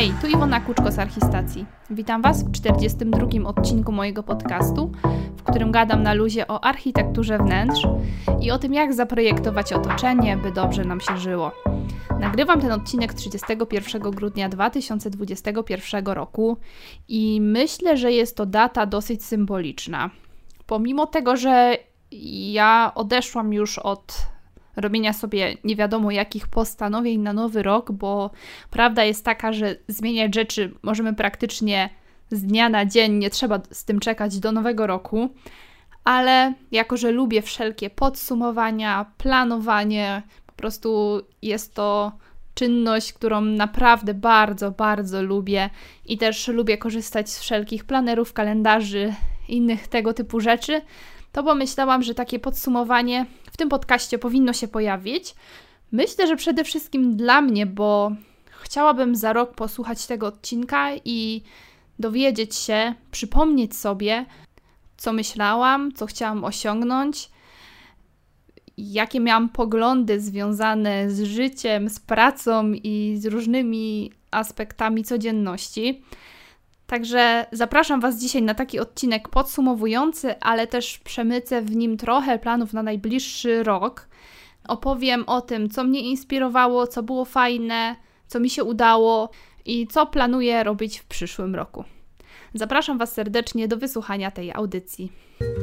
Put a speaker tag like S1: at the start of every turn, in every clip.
S1: Hej, tu Iwona Kuczko z Archistacji. Witam Was w 42. odcinku mojego podcastu, w którym gadam na luzie o architekturze wnętrz i o tym, jak zaprojektować otoczenie, by dobrze nam się żyło. Nagrywam ten odcinek 31 grudnia 2021 roku i myślę, że jest to data dosyć symboliczna. Pomimo tego, że ja odeszłam już od robienia sobie nie wiadomo jakich postanowień na nowy rok, bo prawda jest taka, że zmieniać rzeczy możemy praktycznie z dnia na dzień, nie trzeba z tym czekać do nowego roku, ale jako, że lubię wszelkie podsumowania, planowanie, po prostu jest to czynność, którą naprawdę bardzo, bardzo lubię i też lubię korzystać z wszelkich planerów, kalendarzy i innych tego typu rzeczy, to pomyślałam, że takie podsumowanie w tym podcaście powinno się pojawić. Myślę, że przede wszystkim dla mnie, bo chciałabym za rok posłuchać tego odcinka i dowiedzieć się, przypomnieć sobie, co myślałam, co chciałam osiągnąć, jakie miałam poglądy związane z życiem, z pracą i z różnymi aspektami codzienności. Także zapraszam Was dzisiaj na taki odcinek podsumowujący, ale też przemycę w nim trochę planów na najbliższy rok. Opowiem o tym, co mnie inspirowało, co było fajne, co mi się udało i co planuję robić w przyszłym roku. Zapraszam Was serdecznie do wysłuchania tej audycji.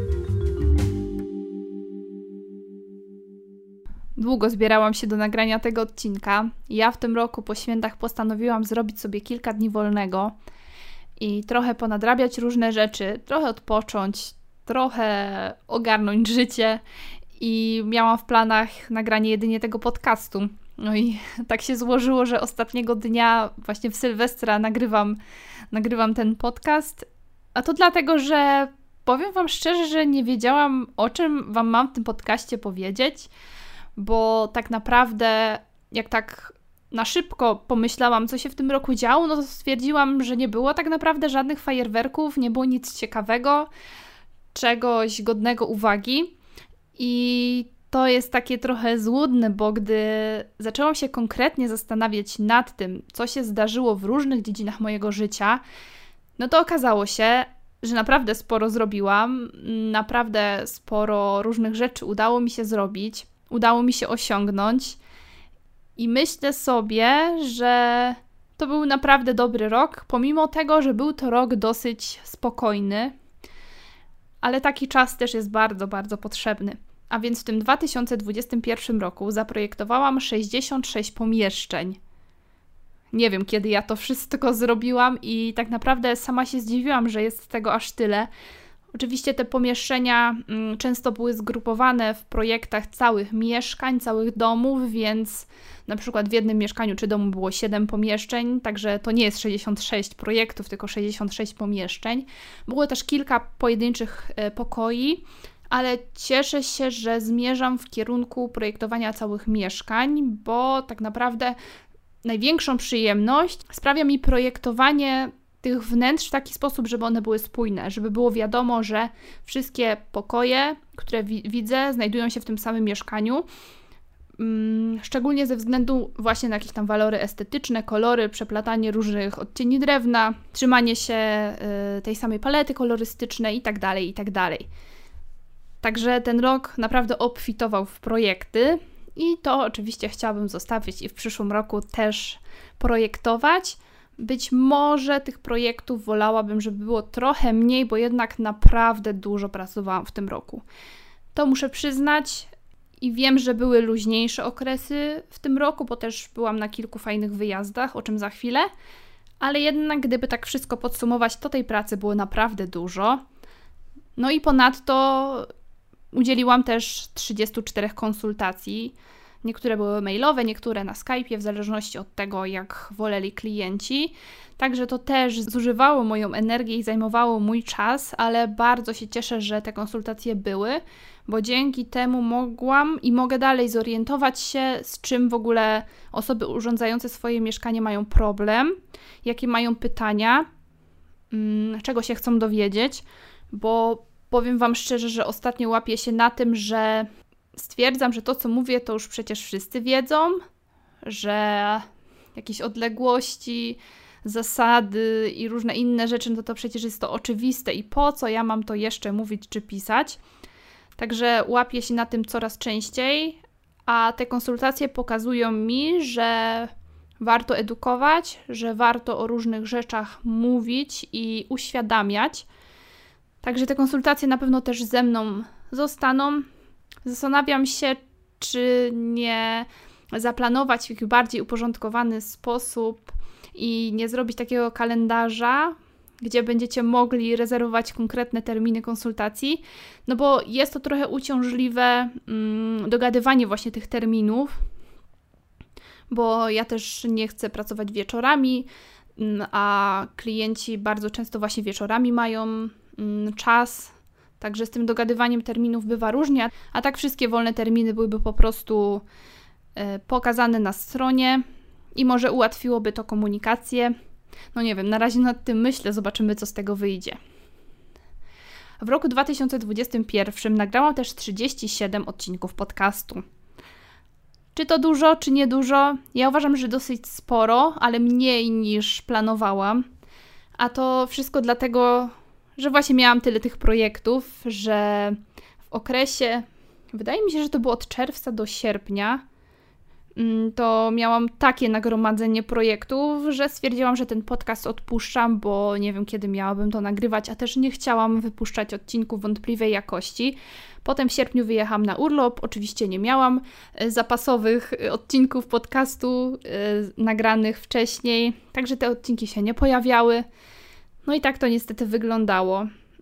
S1: Długo zbierałam się do nagrania tego odcinka. Ja w tym roku po świętach postanowiłam zrobić sobie kilka dni wolnego i trochę ponadrabiać różne rzeczy, trochę odpocząć, trochę ogarnąć życie i miałam w planach nagranie jedynie tego podcastu. No i tak się złożyło, że ostatniego dnia, właśnie w Sylwestra nagrywam ten podcast, a to dlatego, że powiem Wam szczerze, że nie wiedziałam, o czym Wam mam w tym podcaście powiedzieć, bo tak naprawdę jak tak na szybko pomyślałam, co się w tym roku działo, no to stwierdziłam, że nie było tak naprawdę żadnych fajerwerków, nie było nic ciekawego, czegoś godnego uwagi i to jest takie trochę złudne, bo gdy zaczęłam się konkretnie zastanawiać nad tym, co się zdarzyło w różnych dziedzinach mojego życia, no to okazało się, że naprawdę sporo zrobiłam, naprawdę sporo różnych rzeczy udało mi się zrobić, udało mi się osiągnąć. I myślę sobie, że to był naprawdę dobry rok, pomimo tego, że był to rok dosyć spokojny, ale taki czas też jest bardzo, bardzo potrzebny. A więc w tym 2021 roku zaprojektowałam 66 pomieszczeń. Nie wiem, kiedy ja to wszystko zrobiłam i tak naprawdę sama się zdziwiłam, że jest tego aż tyle. Oczywiście te pomieszczenia często były zgrupowane w projektach całych mieszkań, całych domów, więc na przykład w jednym mieszkaniu czy domu było 7 pomieszczeń, także to nie jest 66 projektów, tylko 66 pomieszczeń. Było też kilka pojedynczych pokoi, ale cieszę się, że zmierzam w kierunku projektowania całych mieszkań, bo tak naprawdę największą przyjemność sprawia mi projektowanie tych wnętrz w taki sposób, żeby one były spójne, żeby było wiadomo, że wszystkie pokoje, które widzę, znajdują się w tym samym mieszkaniu, szczególnie ze względu właśnie na jakieś tam walory estetyczne, kolory, przeplatanie różnych odcieni drewna, trzymanie się tej samej palety kolorystycznej itd., itd. Także ten rok naprawdę obfitował w projekty i to oczywiście chciałabym zostawić i w przyszłym roku też projektować. Być może tych projektów wolałabym, żeby było trochę mniej, bo jednak naprawdę dużo pracowałam w tym roku. To muszę przyznać i wiem, że były luźniejsze okresy w tym roku, bo też byłam na kilku fajnych wyjazdach, o czym za chwilę, ale jednak gdyby tak wszystko podsumować, to tej pracy było naprawdę dużo. No i ponadto udzieliłam też 34 konsultacji. Niektóre były mailowe, niektóre na Skype'ie, w zależności od tego, jak woleli klienci. Także to też zużywało moją energię i zajmowało mój czas, ale bardzo się cieszę, że te konsultacje były, bo dzięki temu mogłam i mogę dalej zorientować się, z czym w ogóle osoby urządzające swoje mieszkanie mają problem, jakie mają pytania, czego się chcą dowiedzieć, bo powiem Wam szczerze, że ostatnio łapię się na tym, że stwierdzam, że to, co mówię, to już przecież wszyscy wiedzą, że jakieś odległości zasady i różne inne rzeczy, no to przecież jest to oczywiste i po co ja mam to jeszcze mówić czy pisać. Także łapię się na tym coraz częściej, a te konsultacje pokazują mi, że warto edukować, że warto o różnych rzeczach mówić i uświadamiać. Także te konsultacje na pewno też ze mną zostaną. Zastanawiam się, czy nie zaplanować w jakiś bardziej uporządkowany sposób i nie zrobić takiego kalendarza, gdzie będziecie mogli rezerwować konkretne terminy konsultacji, no bo jest to trochę uciążliwe dogadywanie właśnie tych terminów, bo ja też nie chcę pracować wieczorami, a klienci bardzo często właśnie wieczorami mają czas, także z tym dogadywaniem terminów bywa różnie, a tak wszystkie wolne terminy byłyby po prostu pokazane na stronie i może ułatwiłoby to komunikację. No nie wiem, na razie nad tym myślę, zobaczymy, co z tego wyjdzie. W roku 2021 nagrałam też 37 odcinków podcastu. Czy to dużo, czy nie dużo? Ja uważam, że dosyć sporo, ale mniej niż planowałam. A to wszystko dlatego, że właśnie miałam tyle tych projektów, że w okresie, wydaje mi się, że to było od czerwca do sierpnia, to miałam takie nagromadzenie projektów, że stwierdziłam, że ten podcast odpuszczam, bo nie wiem, kiedy miałabym to nagrywać, a też nie chciałam wypuszczać odcinków wątpliwej jakości. Potem w sierpniu wyjechałam na urlop, oczywiście nie miałam zapasowych odcinków podcastu nagranych wcześniej, także te odcinki się nie pojawiały. No i tak to niestety wyglądało.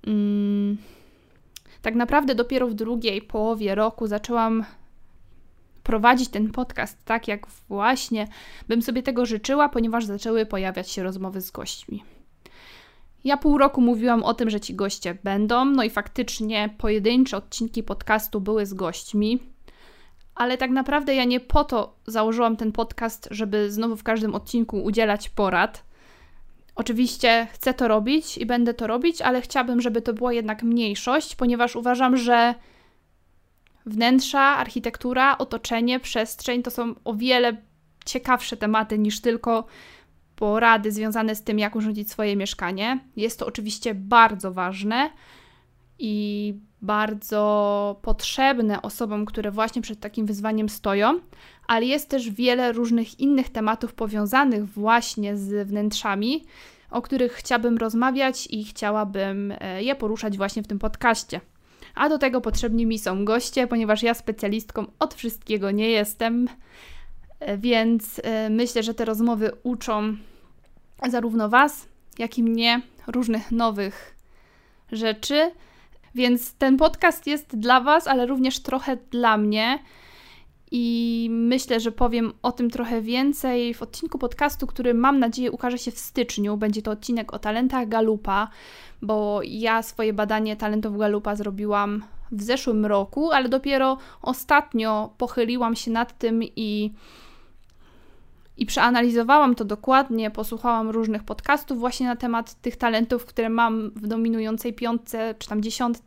S1: Tak naprawdę dopiero w drugiej połowie roku zaczęłam prowadzić ten podcast tak, jak właśnie bym sobie tego życzyła, ponieważ zaczęły pojawiać się rozmowy z gośćmi. Ja pół roku mówiłam o tym, że ci goście będą, no i faktycznie pojedyncze odcinki podcastu były z gośćmi, ale tak naprawdę ja nie po to założyłam ten podcast, żeby znowu w każdym odcinku udzielać porad. Oczywiście chcę to robić i będę to robić, ale chciałabym, żeby to była jednak mniejszość, ponieważ uważam, że wnętrza, architektura, otoczenie, przestrzeń to są o wiele ciekawsze tematy niż tylko porady związane z tym, jak urządzić swoje mieszkanie. Jest to oczywiście bardzo ważne i bardzo potrzebne osobom, które właśnie przed takim wyzwaniem stoją, ale jest też wiele różnych innych tematów powiązanych właśnie z wnętrzami, o których chciałabym rozmawiać i chciałabym je poruszać właśnie w tym podcaście. A do tego potrzebni mi są goście, ponieważ ja specjalistką od wszystkiego nie jestem, więc myślę, że te rozmowy uczą zarówno Was, jak i mnie różnych nowych rzeczy. Więc ten podcast jest dla Was, ale również trochę dla mnie i myślę, że powiem o tym trochę więcej w odcinku podcastu, który mam nadzieję ukaże się w styczniu. Będzie to odcinek o talentach Gallupa, bo ja swoje badanie talentów Gallupa zrobiłam w zeszłym roku, ale dopiero ostatnio pochyliłam się nad tym i przeanalizowałam to dokładnie, posłuchałam różnych podcastów właśnie na temat tych talentów, które mam w dominującej 5 czy tam 10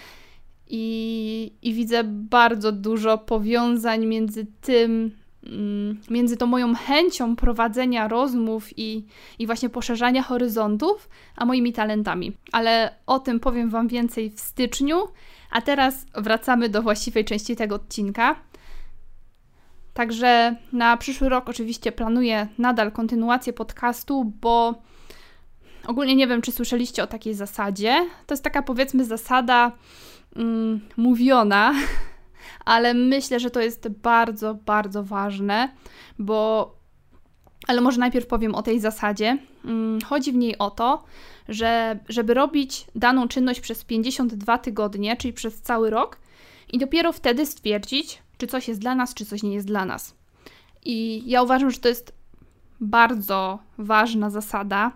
S1: i widzę bardzo dużo powiązań między tym, między tą moją chęcią prowadzenia rozmów i właśnie poszerzania horyzontów, a moimi talentami. Ale o tym powiem Wam więcej w styczniu, a teraz wracamy do właściwej części tego odcinka. Także na przyszły rok oczywiście planuję nadal kontynuację podcastu, bo ogólnie nie wiem, czy słyszeliście o takiej zasadzie. To jest taka, powiedzmy, zasada mówiona, ale myślę, że to jest bardzo, bardzo ważne, ale może najpierw powiem o tej zasadzie. Chodzi w niej o to, że żeby robić daną czynność przez 52 tygodnie, czyli przez cały rok i dopiero wtedy stwierdzić, czy coś jest dla nas, czy coś nie jest dla nas. I ja uważam, że to jest bardzo ważna zasada,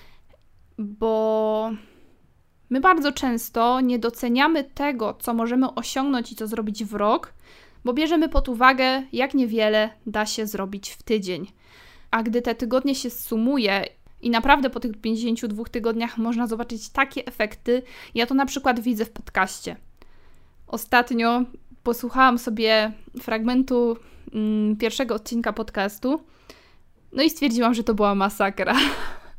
S1: bo my bardzo często nie doceniamy tego, co możemy osiągnąć i co zrobić w rok, bo bierzemy pod uwagę, jak niewiele da się zrobić w tydzień. A gdy te tygodnie się sumuje i naprawdę po tych 52 tygodniach można zobaczyć takie efekty, ja to na przykład widzę w podcaście. Ostatnio posłuchałam sobie fragmentu pierwszego odcinka podcastu, no i stwierdziłam, że to była masakra.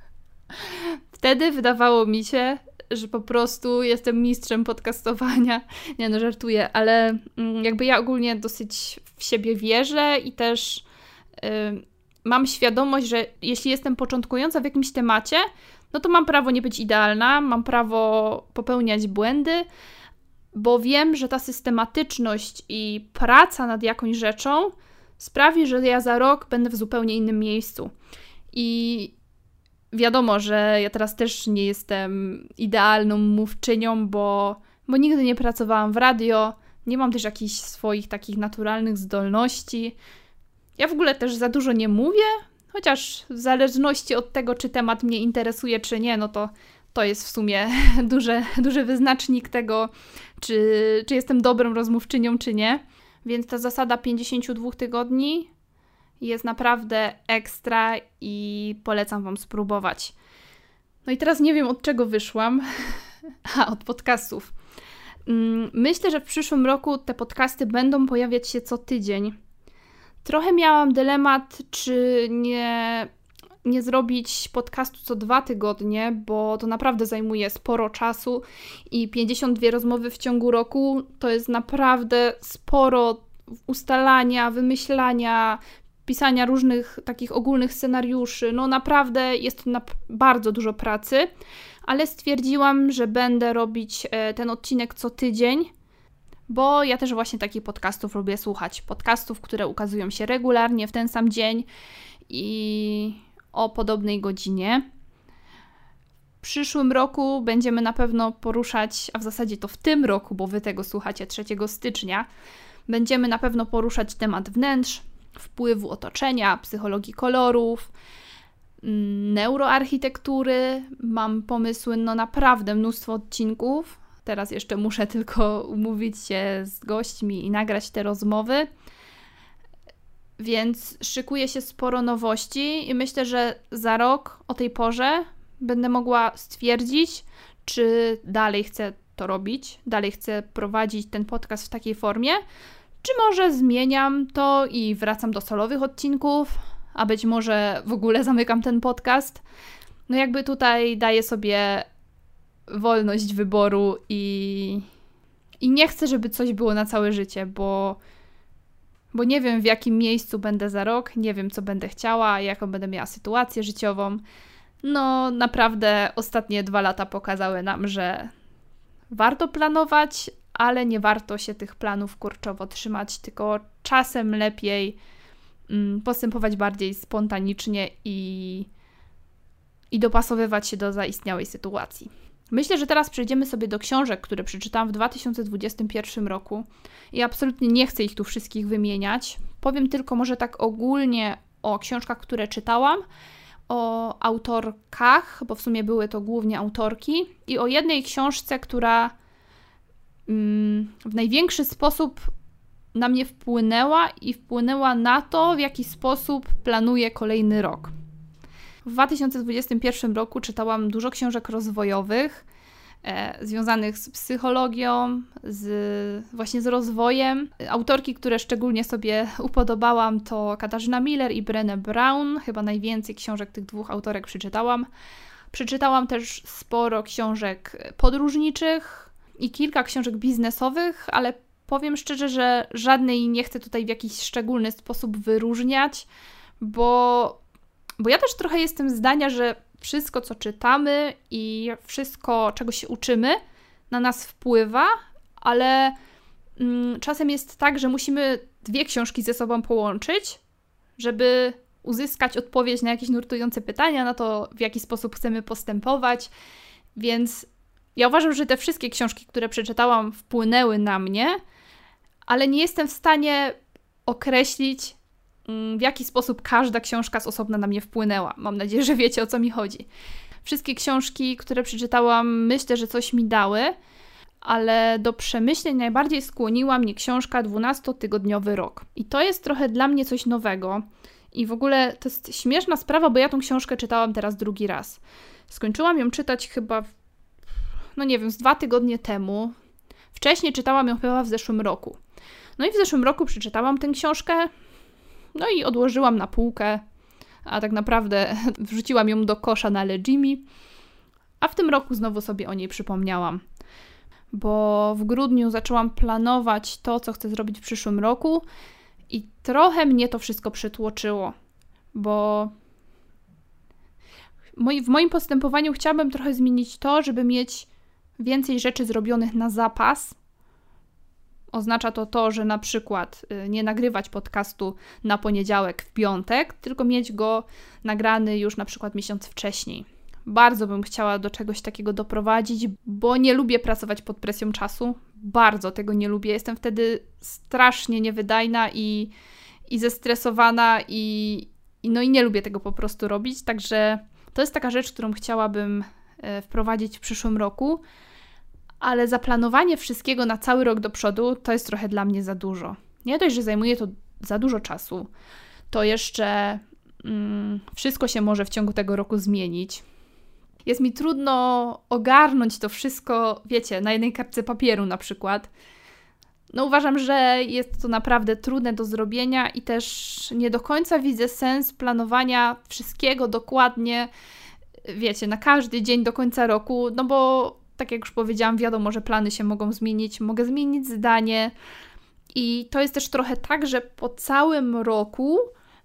S1: wtedy wydawało mi się, że po prostu jestem mistrzem podcastowania. Nie no, żartuję, ale jakby ja ogólnie dosyć w siebie wierzę i też mam świadomość, że jeśli jestem początkująca w jakimś temacie, no to mam prawo nie być idealna, mam prawo popełniać błędy, bo wiem, że ta systematyczność i praca nad jakąś rzeczą sprawi, że ja za rok będę w zupełnie innym miejscu. I wiadomo, że ja teraz też nie jestem idealną mówczynią, bo nigdy nie pracowałam w radio, nie mam też jakichś swoich takich naturalnych zdolności. Ja w ogóle też za dużo nie mówię, chociaż w zależności od tego, czy temat mnie interesuje, czy nie, no to jest w sumie duży wyznacznik tego, czy jestem dobrą rozmówczynią, czy nie. Więc ta zasada 52 tygodni jest naprawdę ekstra i polecam Wam spróbować. No i teraz nie wiem, od czego wyszłam. Od podcastów. Myślę, że w przyszłym roku te podcasty będą pojawiać się co tydzień. Trochę miałam dylemat, czy nie zrobić podcastu co 2 tygodnie, bo to naprawdę zajmuje sporo czasu i 52 rozmowy w ciągu roku to jest naprawdę sporo ustalania, wymyślania, pisania różnych takich ogólnych scenariuszy. No naprawdę jest to bardzo dużo pracy, ale stwierdziłam, że będę robić ten odcinek co tydzień, bo ja też właśnie takich podcastów lubię słuchać. Podcastów, które ukazują się regularnie w ten sam dzień i o podobnej godzinie. W przyszłym roku będziemy na pewno poruszać, a w zasadzie to w tym roku, bo Wy tego słuchacie 3 stycznia, będziemy na pewno poruszać temat wnętrz, wpływu otoczenia, psychologii kolorów, neuroarchitektury. Mam pomysły, no naprawdę mnóstwo odcinków. Teraz jeszcze muszę tylko umówić się z gośćmi i nagrać te rozmowy. Więc szykuje się sporo nowości i myślę, że za rok o tej porze będę mogła stwierdzić, czy dalej chcę to robić, dalej chcę prowadzić ten podcast w takiej formie, czy może zmieniam to i wracam do solowych odcinków, a być może w ogóle zamykam ten podcast. No jakby tutaj daję sobie wolność wyboru i nie chcę, żeby coś było na całe życie, bo nie wiem, w jakim miejscu będę za rok, nie wiem, co będę chciała, jaką będę miała sytuację życiową. No naprawdę ostatnie 2 lata pokazały nam, że warto planować, ale nie warto się tych planów kurczowo trzymać, tylko czasem lepiej postępować bardziej spontanicznie i dopasowywać się do zaistniałej sytuacji. Myślę, że teraz przejdziemy sobie do książek, które przeczytałam w 2021 roku i absolutnie nie chcę ich tu wszystkich wymieniać. Powiem tylko może tak ogólnie o książkach, które czytałam, o autorkach, bo w sumie były to głównie autorki, i o jednej książce, która w największy sposób na mnie wpłynęła i wpłynęła na to, w jaki sposób planuję kolejny rok. W 2021 roku czytałam dużo książek rozwojowych, związanych z psychologią, właśnie z rozwojem. Autorki, które szczególnie sobie upodobałam, to Katarzyna Miller i Brené Brown. Chyba najwięcej książek tych 2 autorek przeczytałam. Przeczytałam też sporo książek podróżniczych i kilka książek biznesowych, ale powiem szczerze, że żadnej nie chcę tutaj w jakiś szczególny sposób wyróżniać, bo ja też trochę jestem zdania, że wszystko, co czytamy i wszystko, czego się uczymy, na nas wpływa, ale czasem jest tak, że musimy 2 książki ze sobą połączyć, żeby uzyskać odpowiedź na jakieś nurtujące pytania, na to, w jaki sposób chcemy postępować. Więc ja uważam, że te wszystkie książki, które przeczytałam, wpłynęły na mnie, ale nie jestem w stanie określić, w jaki sposób każda książka z osobna na mnie wpłynęła. Mam nadzieję, że wiecie, o co mi chodzi. Wszystkie książki, które przeczytałam, myślę, że coś mi dały, ale do przemyśleń najbardziej skłoniła mnie książka 12-tygodniowy rok. I to jest trochę dla mnie coś nowego. I w ogóle to jest śmieszna sprawa, bo ja tą książkę czytałam teraz drugi raz. Skończyłam ją czytać chyba, z 2 tygodnie temu. Wcześniej czytałam ją chyba w zeszłym roku. No i w zeszłym roku przeczytałam tę książkę, no i odłożyłam na półkę, a tak naprawdę wrzuciłam ją do kosza na Legimi. A w tym roku znowu sobie o niej przypomniałam, bo w grudniu zaczęłam planować to, co chcę zrobić w przyszłym roku i trochę mnie to wszystko przytłoczyło, bo w moim postępowaniu chciałabym trochę zmienić to, żeby mieć więcej rzeczy zrobionych na zapas. Oznacza to, że na przykład nie nagrywać podcastu na poniedziałek w piątek, tylko mieć go nagrany już na przykład miesiąc wcześniej. Bardzo bym chciała do czegoś takiego doprowadzić, bo nie lubię pracować pod presją czasu. Bardzo tego nie lubię. Jestem wtedy strasznie niewydajna i zestresowana i nie lubię tego po prostu robić. Także to jest taka rzecz, którą chciałabym wprowadzić w przyszłym roku. Ale zaplanowanie wszystkiego na cały rok do przodu to jest trochę dla mnie za dużo. Nie dość, że zajmuje to za dużo czasu, to jeszcze wszystko się może w ciągu tego roku zmienić. Jest mi trudno ogarnąć to wszystko, wiecie, na jednej kartce papieru na przykład. Uważam, że jest to naprawdę trudne do zrobienia i też nie do końca widzę sens planowania wszystkiego dokładnie, wiecie, na każdy dzień do końca roku, bo tak jak już powiedziałam, wiadomo, że plany się mogą zmienić, mogę zmienić zdanie i to jest też trochę tak, że po całym roku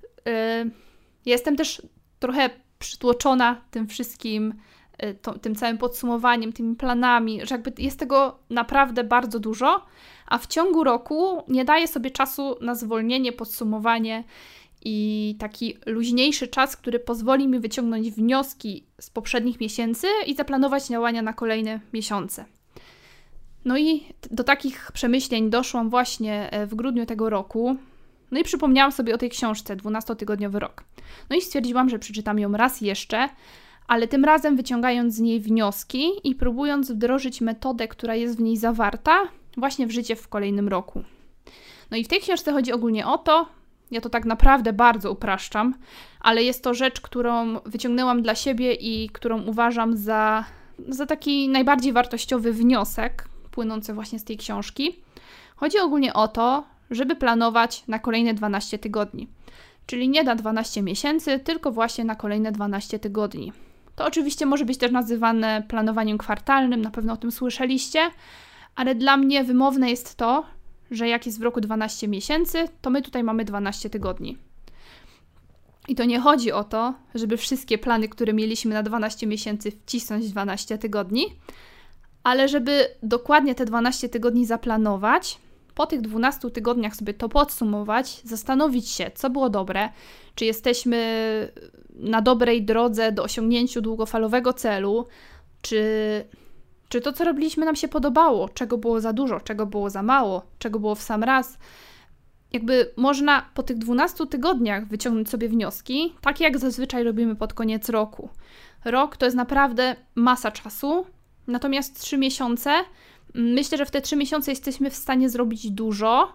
S1: jestem też trochę przytłoczona tym wszystkim, tym całym podsumowaniem, tymi planami, że jakby jest tego naprawdę bardzo dużo, a w ciągu roku nie daję sobie czasu na zwolnienie, podsumowanie i taki luźniejszy czas, który pozwoli mi wyciągnąć wnioski z poprzednich miesięcy i zaplanować działania na kolejne miesiące. I do takich przemyśleń doszłam właśnie w grudniu tego roku. I przypomniałam sobie o tej książce 12-tygodniowy rok. I stwierdziłam, że przeczytam ją raz jeszcze, ale tym razem wyciągając z niej wnioski i próbując wdrożyć metodę, która jest w niej zawarta, właśnie w życie w kolejnym roku. I w tej książce chodzi ogólnie o to, ja to tak naprawdę bardzo upraszczam, ale jest to rzecz, którą wyciągnęłam dla siebie i którą uważam za taki najbardziej wartościowy wniosek płynący właśnie z tej książki. Chodzi ogólnie o to, żeby planować na kolejne 12 tygodni. Czyli nie na 12 miesięcy, tylko właśnie na kolejne 12 tygodni. To oczywiście może być też nazywane planowaniem kwartalnym, na pewno o tym słyszeliście, ale dla mnie wymowne jest to, że jak jest w roku 12 miesięcy, to my tutaj mamy 12 tygodni. I to nie chodzi o to, żeby wszystkie plany, które mieliśmy na 12 miesięcy wcisnąć w 12 tygodni, ale żeby dokładnie te 12 tygodni zaplanować, po tych 12 tygodniach sobie to podsumować, zastanowić się, co było dobre, czy jesteśmy na dobrej drodze do osiągnięcia długofalowego celu, czy to, co robiliśmy, nam się podobało, czego było za dużo, czego było za mało, czego było w sam raz. Jakby można po tych 12 tygodniach wyciągnąć sobie wnioski, tak jak zazwyczaj robimy pod koniec roku. Rok to jest naprawdę masa czasu, natomiast 3 miesiące, myślę, że w te 3 miesiące jesteśmy w stanie zrobić dużo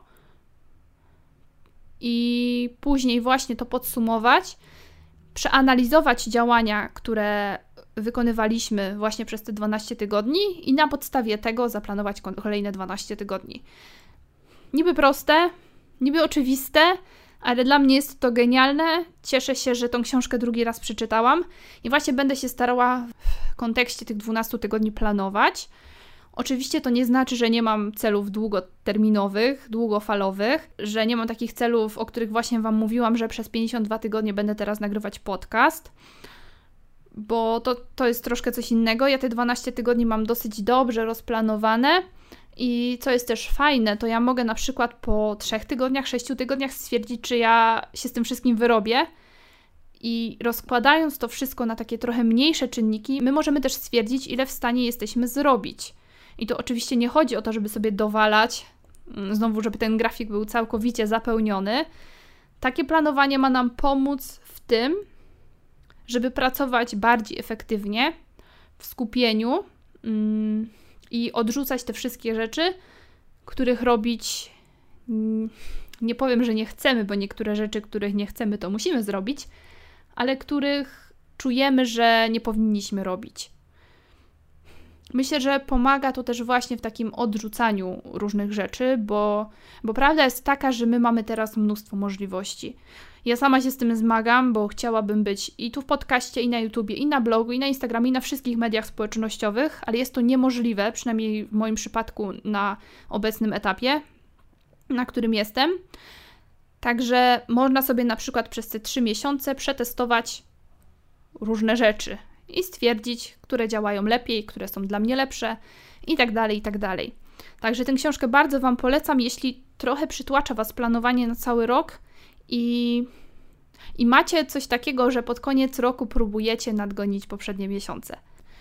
S1: i później właśnie to podsumować, przeanalizować działania, które wykonywaliśmy właśnie przez te 12 tygodni i na podstawie tego zaplanować kolejne 12 tygodni. Niby proste, niby oczywiste, ale dla mnie jest to genialne. Cieszę się, że tą książkę drugi raz przeczytałam i właśnie będę się starała w kontekście tych 12 tygodni planować. Oczywiście to nie znaczy, że nie mam celów długoterminowych, długofalowych, że nie mam takich celów, o których właśnie Wam mówiłam, że przez 52 tygodnie będę teraz nagrywać podcast, bo to jest troszkę coś innego. Ja te 12 tygodni mam dosyć dobrze rozplanowane i co jest też fajne, to ja mogę na przykład po 3 tygodniach, 6 tygodniach stwierdzić, czy ja się z tym wszystkim wyrobię i rozkładając to wszystko na takie trochę mniejsze czynniki, my możemy też stwierdzić, ile w stanie jesteśmy zrobić. I to oczywiście nie chodzi o to, żeby sobie dowalać, znowu, żeby ten grafik był całkowicie zapełniony. Takie planowanie ma nam pomóc w tym, żeby pracować bardziej efektywnie, w skupieniu i odrzucać te wszystkie rzeczy, których robić, nie powiem, że nie chcemy, bo niektóre rzeczy, których nie chcemy, to musimy zrobić, ale których czujemy, że nie powinniśmy robić. Myślę, że pomaga to też właśnie w takim odrzucaniu różnych rzeczy, bo prawda jest taka, że my mamy teraz mnóstwo możliwości. Ja sama się z tym zmagam, bo chciałabym być i tu w podcaście, i na YouTubie, i na blogu, i na Instagramie, i na wszystkich mediach społecznościowych, ale jest to niemożliwe, przynajmniej w moim przypadku na obecnym etapie, na którym jestem. Także można sobie na przykład przez te 3 miesiące przetestować różne rzeczy i stwierdzić, które działają lepiej, które są dla mnie lepsze i tak dalej, i tak dalej. Także tę książkę bardzo Wam polecam, jeśli trochę przytłacza Was planowanie na cały rok i macie coś takiego, że pod koniec roku próbujecie nadgonić poprzednie miesiące.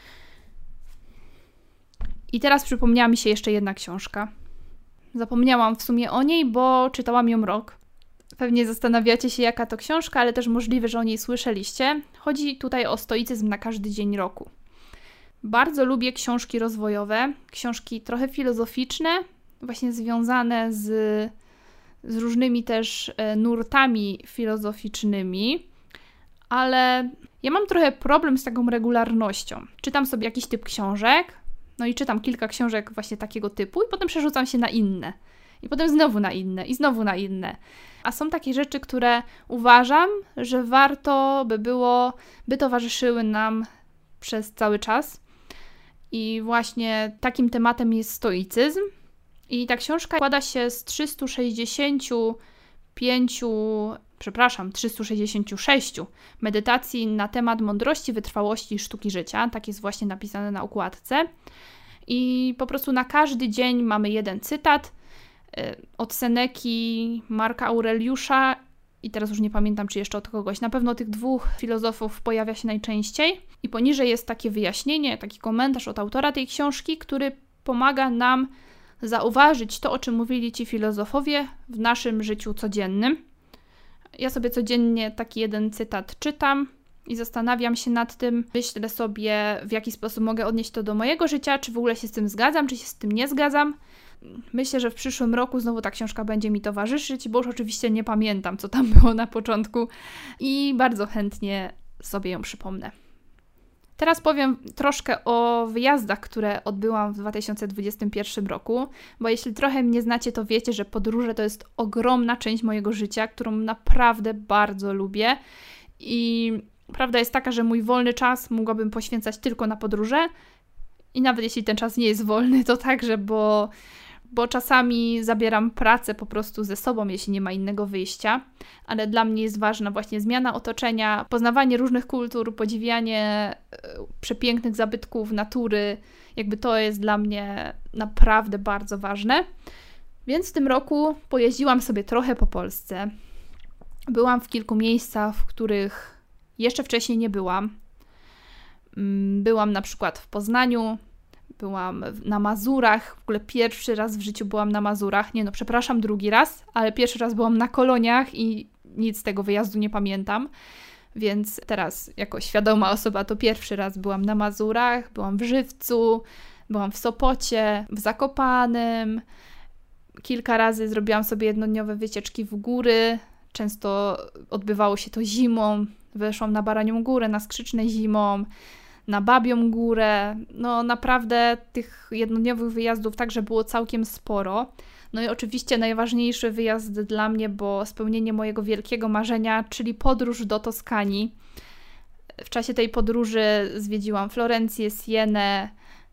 S1: I teraz przypomniała mi się jeszcze jedna książka. Zapomniałam w sumie o niej, bo czytałam ją rok. Pewnie zastanawiacie się, jaka to książka, ale też możliwe, że o niej słyszeliście. Chodzi tutaj o stoicyzm na każdy dzień roku. Bardzo lubię książki rozwojowe, książki trochę filozoficzne, właśnie związane z różnymi też nurtami filozoficznymi, ale ja mam trochę problem z taką regularnością. Czytam sobie jakiś typ książek, no i czytam kilka książek właśnie takiego typu i potem przerzucam się na inne. I potem znowu na inne, i znowu na inne. A są takie rzeczy, które uważam, że warto by było, by towarzyszyły nam przez cały czas. I właśnie takim tematem jest stoicyzm. I ta książka składa się z 366 medytacji na temat mądrości, wytrwałości i sztuki życia. Tak jest właśnie napisane na okładce. I po prostu na każdy dzień mamy jeden cytat od Seneki, Marka Aureliusza i teraz już nie pamiętam, czy jeszcze od kogoś. Na pewno tych 2 filozofów pojawia się najczęściej. I poniżej jest takie wyjaśnienie, taki komentarz od autora tej książki, który pomaga nam zauważyć to, o czym mówili ci filozofowie w naszym życiu codziennym. Ja sobie codziennie taki jeden cytat czytam i zastanawiam się nad tym, myślę sobie, w jaki sposób mogę odnieść to do mojego życia, czy w ogóle się z tym zgadzam, czy się z tym nie zgadzam. Myślę, że w przyszłym roku znowu ta książka będzie mi towarzyszyć, bo już oczywiście nie pamiętam, co tam było na początku i bardzo chętnie sobie ją przypomnę. Teraz powiem troszkę o wyjazdach, które odbyłam w 2021 roku, bo jeśli trochę mnie znacie, to wiecie, że podróże to jest ogromna część mojego życia, którą naprawdę bardzo lubię i prawda jest taka, że mój wolny czas mogłabym poświęcać tylko na podróże i nawet jeśli ten czas nie jest wolny, to także, bo czasami zabieram pracę po prostu ze sobą, jeśli nie ma innego wyjścia, ale dla mnie jest ważna właśnie zmiana otoczenia, poznawanie różnych kultur, podziwianie przepięknych zabytków natury, jakby to jest dla mnie naprawdę bardzo ważne. Więc w tym roku pojeździłam sobie trochę po Polsce. Byłam w kilku miejscach, w których jeszcze wcześniej nie byłam. Byłam na przykład w Poznaniu, byłam na Mazurach, w ogóle pierwszy raz w życiu byłam na Mazurach, drugi raz, ale pierwszy raz byłam na Koloniach i nic z tego wyjazdu nie pamiętam, więc teraz jako świadoma osoba to pierwszy raz byłam na Mazurach, byłam w Żywcu, byłam w Sopocie, w Zakopanem, kilka razy zrobiłam sobie jednodniowe wycieczki w góry, często odbywało się to zimą, weszłam na Baranią Górę, na Skrzyczne zimą, na Babią Górę, no naprawdę tych jednodniowych wyjazdów także było całkiem sporo. No i oczywiście najważniejszy wyjazd dla mnie, bo spełnienie mojego wielkiego marzenia, czyli podróż do Toskanii. W czasie tej podróży zwiedziłam Florencję, Sienę,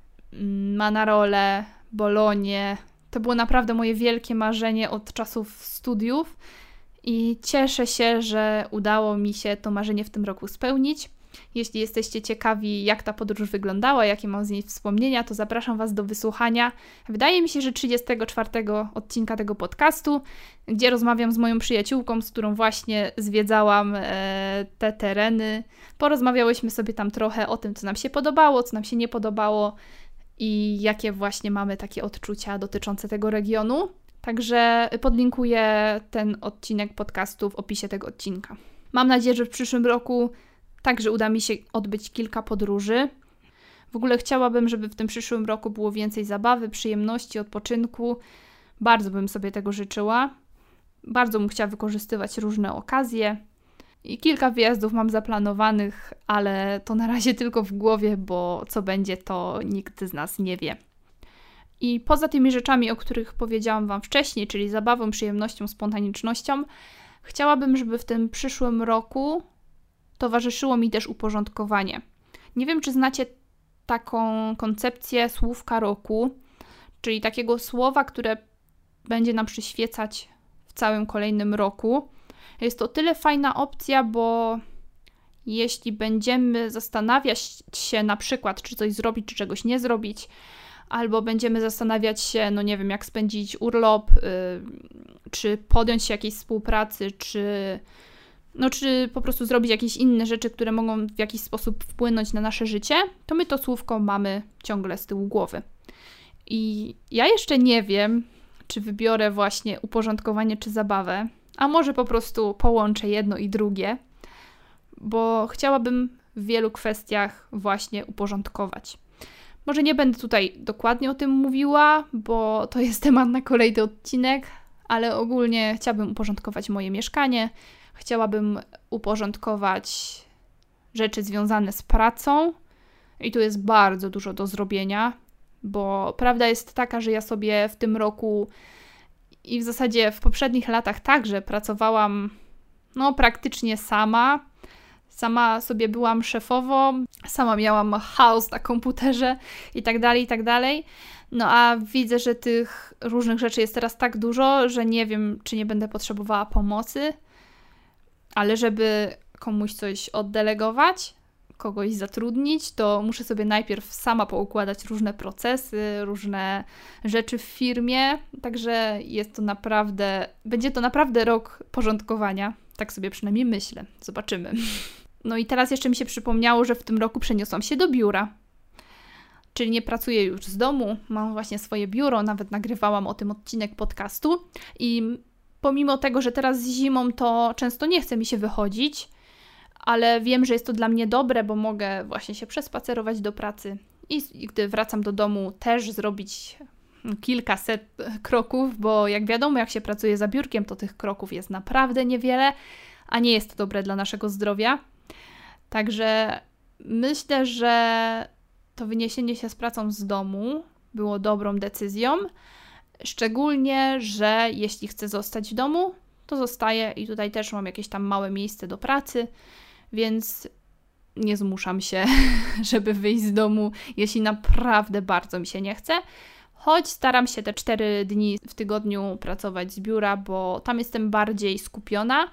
S1: Manarole, Bolonię. To było naprawdę moje wielkie marzenie od czasów studiów i cieszę się, że udało mi się to marzenie w tym roku spełnić. Jeśli jesteście ciekawi, jak ta podróż wyglądała, jakie mam z niej wspomnienia, to zapraszam Was do wysłuchania. Wydaje mi się, że 34 odcinka tego podcastu, gdzie rozmawiam z moją przyjaciółką, z którą właśnie zwiedzałam te tereny. Porozmawiałyśmy sobie tam trochę o tym, co nam się podobało, co nam się nie podobało i jakie właśnie mamy takie odczucia dotyczące tego regionu. Także podlinkuję ten odcinek podcastu w opisie tego odcinka. Mam nadzieję, że w przyszłym roku także uda mi się odbyć kilka podróży. W ogóle chciałabym, żeby w tym przyszłym roku było więcej zabawy, przyjemności, odpoczynku. Bardzo bym sobie tego życzyła. Bardzo bym chciała wykorzystywać różne okazje. I kilka wyjazdów mam zaplanowanych, ale to na razie tylko w głowie, bo co będzie, to nikt z nas nie wie. I poza tymi rzeczami, o których powiedziałam Wam wcześniej, czyli zabawą, przyjemnością, spontanicznością, chciałabym, żeby w tym przyszłym roku towarzyszyło mi też uporządkowanie. Nie wiem, czy znacie taką koncepcję słówka roku, czyli takiego słowa, które będzie nam przyświecać w całym kolejnym roku. Jest to tyle fajna opcja, bo jeśli będziemy zastanawiać się na przykład, czy coś zrobić, czy czegoś nie zrobić, albo będziemy zastanawiać się, no nie wiem, jak spędzić urlop, czy podjąć się jakiejś współpracy, czy po prostu zrobić jakieś inne rzeczy, które mogą w jakiś sposób wpłynąć na nasze życie, to my to słówko mamy ciągle z tyłu głowy. I ja jeszcze nie wiem, czy wybiorę właśnie uporządkowanie czy zabawę, a może po prostu połączę jedno i drugie, bo chciałabym w wielu kwestiach właśnie uporządkować. Może nie będę tutaj dokładnie o tym mówiła, bo to jest temat na kolejny odcinek, ale ogólnie chciałabym uporządkować moje mieszkanie, chciałabym uporządkować rzeczy związane z pracą i tu jest bardzo dużo do zrobienia, bo prawda jest taka, że ja sobie w tym roku i w zasadzie w poprzednich latach także pracowałam praktycznie sama. Sama sobie byłam szefową, sama miałam chaos na komputerze i tak dalej, i tak dalej. No a widzę, że tych różnych rzeczy jest teraz tak dużo, że nie wiem, czy nie będę potrzebowała pomocy, ale żeby komuś coś oddelegować, kogoś zatrudnić, to muszę sobie najpierw sama poukładać różne procesy, różne rzeczy w firmie, także będzie to naprawdę rok porządkowania, tak sobie przynajmniej myślę, zobaczymy. No i teraz jeszcze mi się przypomniało, że w tym roku przeniosłam się do biura, czyli nie pracuję już z domu, mam właśnie swoje biuro, nawet nagrywałam o tym odcinek podcastu i pomimo tego, że teraz zimą to często nie chce mi się wychodzić, ale wiem, że jest to dla mnie dobre, bo mogę właśnie się przespacerować do pracy i gdy wracam do domu też zrobić kilkaset kroków, bo jak wiadomo, jak się pracuje za biurkiem, to tych kroków jest naprawdę niewiele, a nie jest to dobre dla naszego zdrowia. Także myślę, że to wyniesienie się z pracą z domu było dobrą decyzją, szczególnie, że jeśli chcę zostać w domu, to zostaję i tutaj też mam jakieś tam małe miejsce do pracy, więc nie zmuszam się, żeby wyjść z domu, jeśli naprawdę bardzo mi się nie chce. Choć staram się te 4 dni w tygodniu pracować z biura, bo tam jestem bardziej skupiona,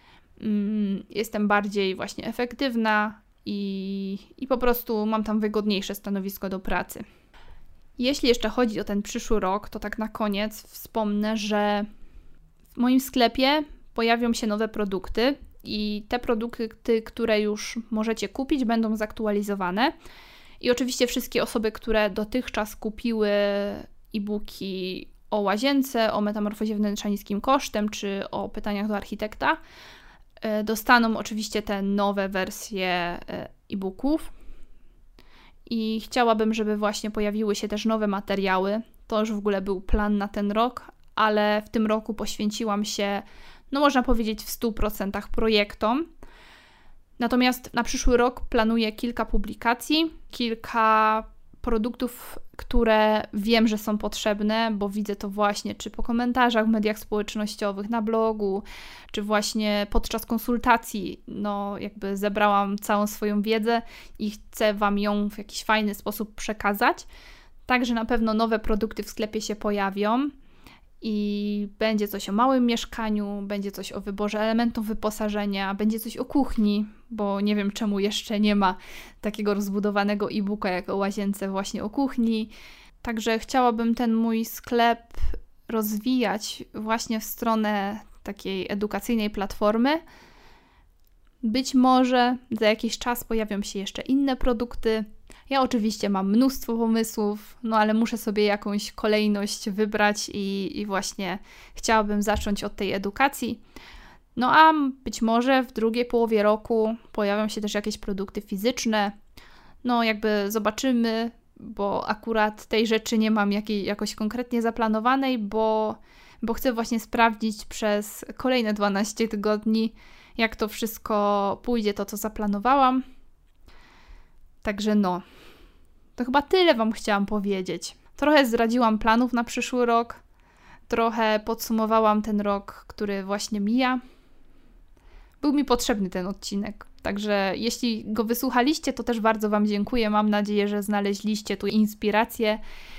S1: jestem bardziej właśnie efektywna i po prostu mam tam wygodniejsze stanowisko do pracy. Jeśli jeszcze chodzi o ten przyszły rok, to tak na koniec wspomnę, że w moim sklepie pojawią się nowe produkty i te produkty, które już możecie kupić, będą zaktualizowane. I oczywiście wszystkie osoby, które dotychczas kupiły e-booki o łazience, o metamorfozie wnętrza niskim kosztem, czy o pytaniach do architekta, dostaną oczywiście te nowe wersje e-booków. I chciałabym, żeby właśnie pojawiły się też nowe materiały. To już w ogóle był plan na ten rok, ale w tym roku poświęciłam się, można powiedzieć, w 100% projektom. Natomiast na przyszły rok planuję kilka publikacji, kilka produktów, które wiem, że są potrzebne, bo widzę to właśnie czy po komentarzach w mediach społecznościowych, na blogu, czy właśnie podczas konsultacji. Jakby zebrałam całą swoją wiedzę i chcę Wam ją w jakiś fajny sposób przekazać. Także na pewno nowe produkty w sklepie się pojawią i będzie coś o małym mieszkaniu, będzie coś o wyborze elementów wyposażenia, będzie coś o kuchni, bo nie wiem czemu jeszcze nie ma takiego rozbudowanego e-booka jak o łazience właśnie o kuchni. Także chciałabym ten mój sklep rozwijać właśnie w stronę takiej edukacyjnej platformy. Być może za jakiś czas pojawią się jeszcze inne produkty. Ja oczywiście mam mnóstwo pomysłów, ale muszę sobie jakąś kolejność wybrać i właśnie chciałabym zacząć od tej edukacji. A być może w drugiej połowie roku pojawią się też jakieś produkty fizyczne. Jakby zobaczymy, bo akurat tej rzeczy nie mam jakoś konkretnie zaplanowanej, bo chcę właśnie sprawdzić przez kolejne 12 tygodni, jak to wszystko pójdzie, to co zaplanowałam. Także to chyba tyle Wam chciałam powiedzieć. Trochę zdradziłam planów na przyszły rok, trochę podsumowałam ten rok, który właśnie mija. Był mi potrzebny ten odcinek, także jeśli go wysłuchaliście, to też bardzo Wam dziękuję. Mam nadzieję, że znaleźliście tu inspirację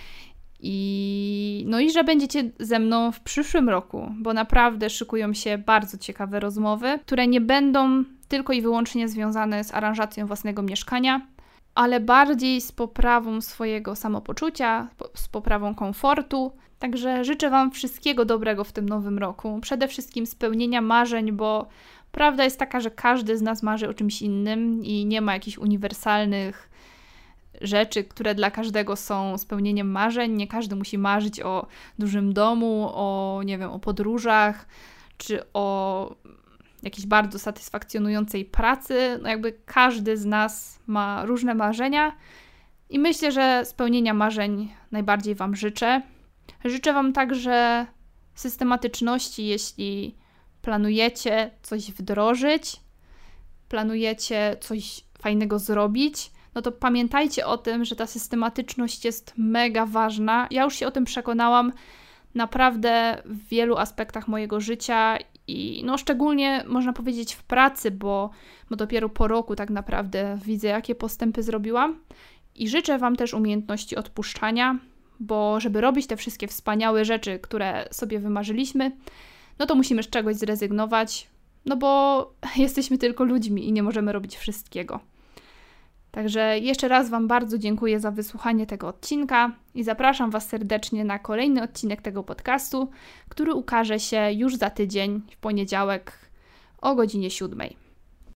S1: i że będziecie ze mną w przyszłym roku, bo naprawdę szykują się bardzo ciekawe rozmowy, które nie będą tylko i wyłącznie związane z aranżacją własnego mieszkania, ale bardziej z poprawą swojego samopoczucia, z poprawą komfortu. Także życzę Wam wszystkiego dobrego w tym nowym roku. Przede wszystkim spełnienia marzeń, bo prawda jest taka, że każdy z nas marzy o czymś innym i nie ma jakichś uniwersalnych rzeczy, które dla każdego są spełnieniem marzeń. Nie każdy musi marzyć o dużym domu, o podróżach, czy o jakiejś bardzo satysfakcjonującej pracy. Jakby każdy z nas ma różne marzenia i myślę, że spełnienia marzeń najbardziej Wam życzę. Życzę Wam także systematyczności, jeśli planujecie coś wdrożyć, planujecie coś fajnego zrobić, to pamiętajcie o tym, że ta systematyczność jest mega ważna. Ja już się o tym przekonałam naprawdę w wielu aspektach mojego życia i szczególnie można powiedzieć w pracy, bo dopiero po roku tak naprawdę widzę, jakie postępy zrobiłam. I życzę Wam też umiejętności odpuszczania, bo żeby robić te wszystkie wspaniałe rzeczy, które sobie wymarzyliśmy, to musimy z czegoś zrezygnować, bo jesteśmy tylko ludźmi i nie możemy robić wszystkiego. Także jeszcze raz Wam bardzo dziękuję za wysłuchanie tego odcinka i zapraszam Was serdecznie na kolejny odcinek tego podcastu, który ukaże się już za tydzień, w poniedziałek o godzinie 7.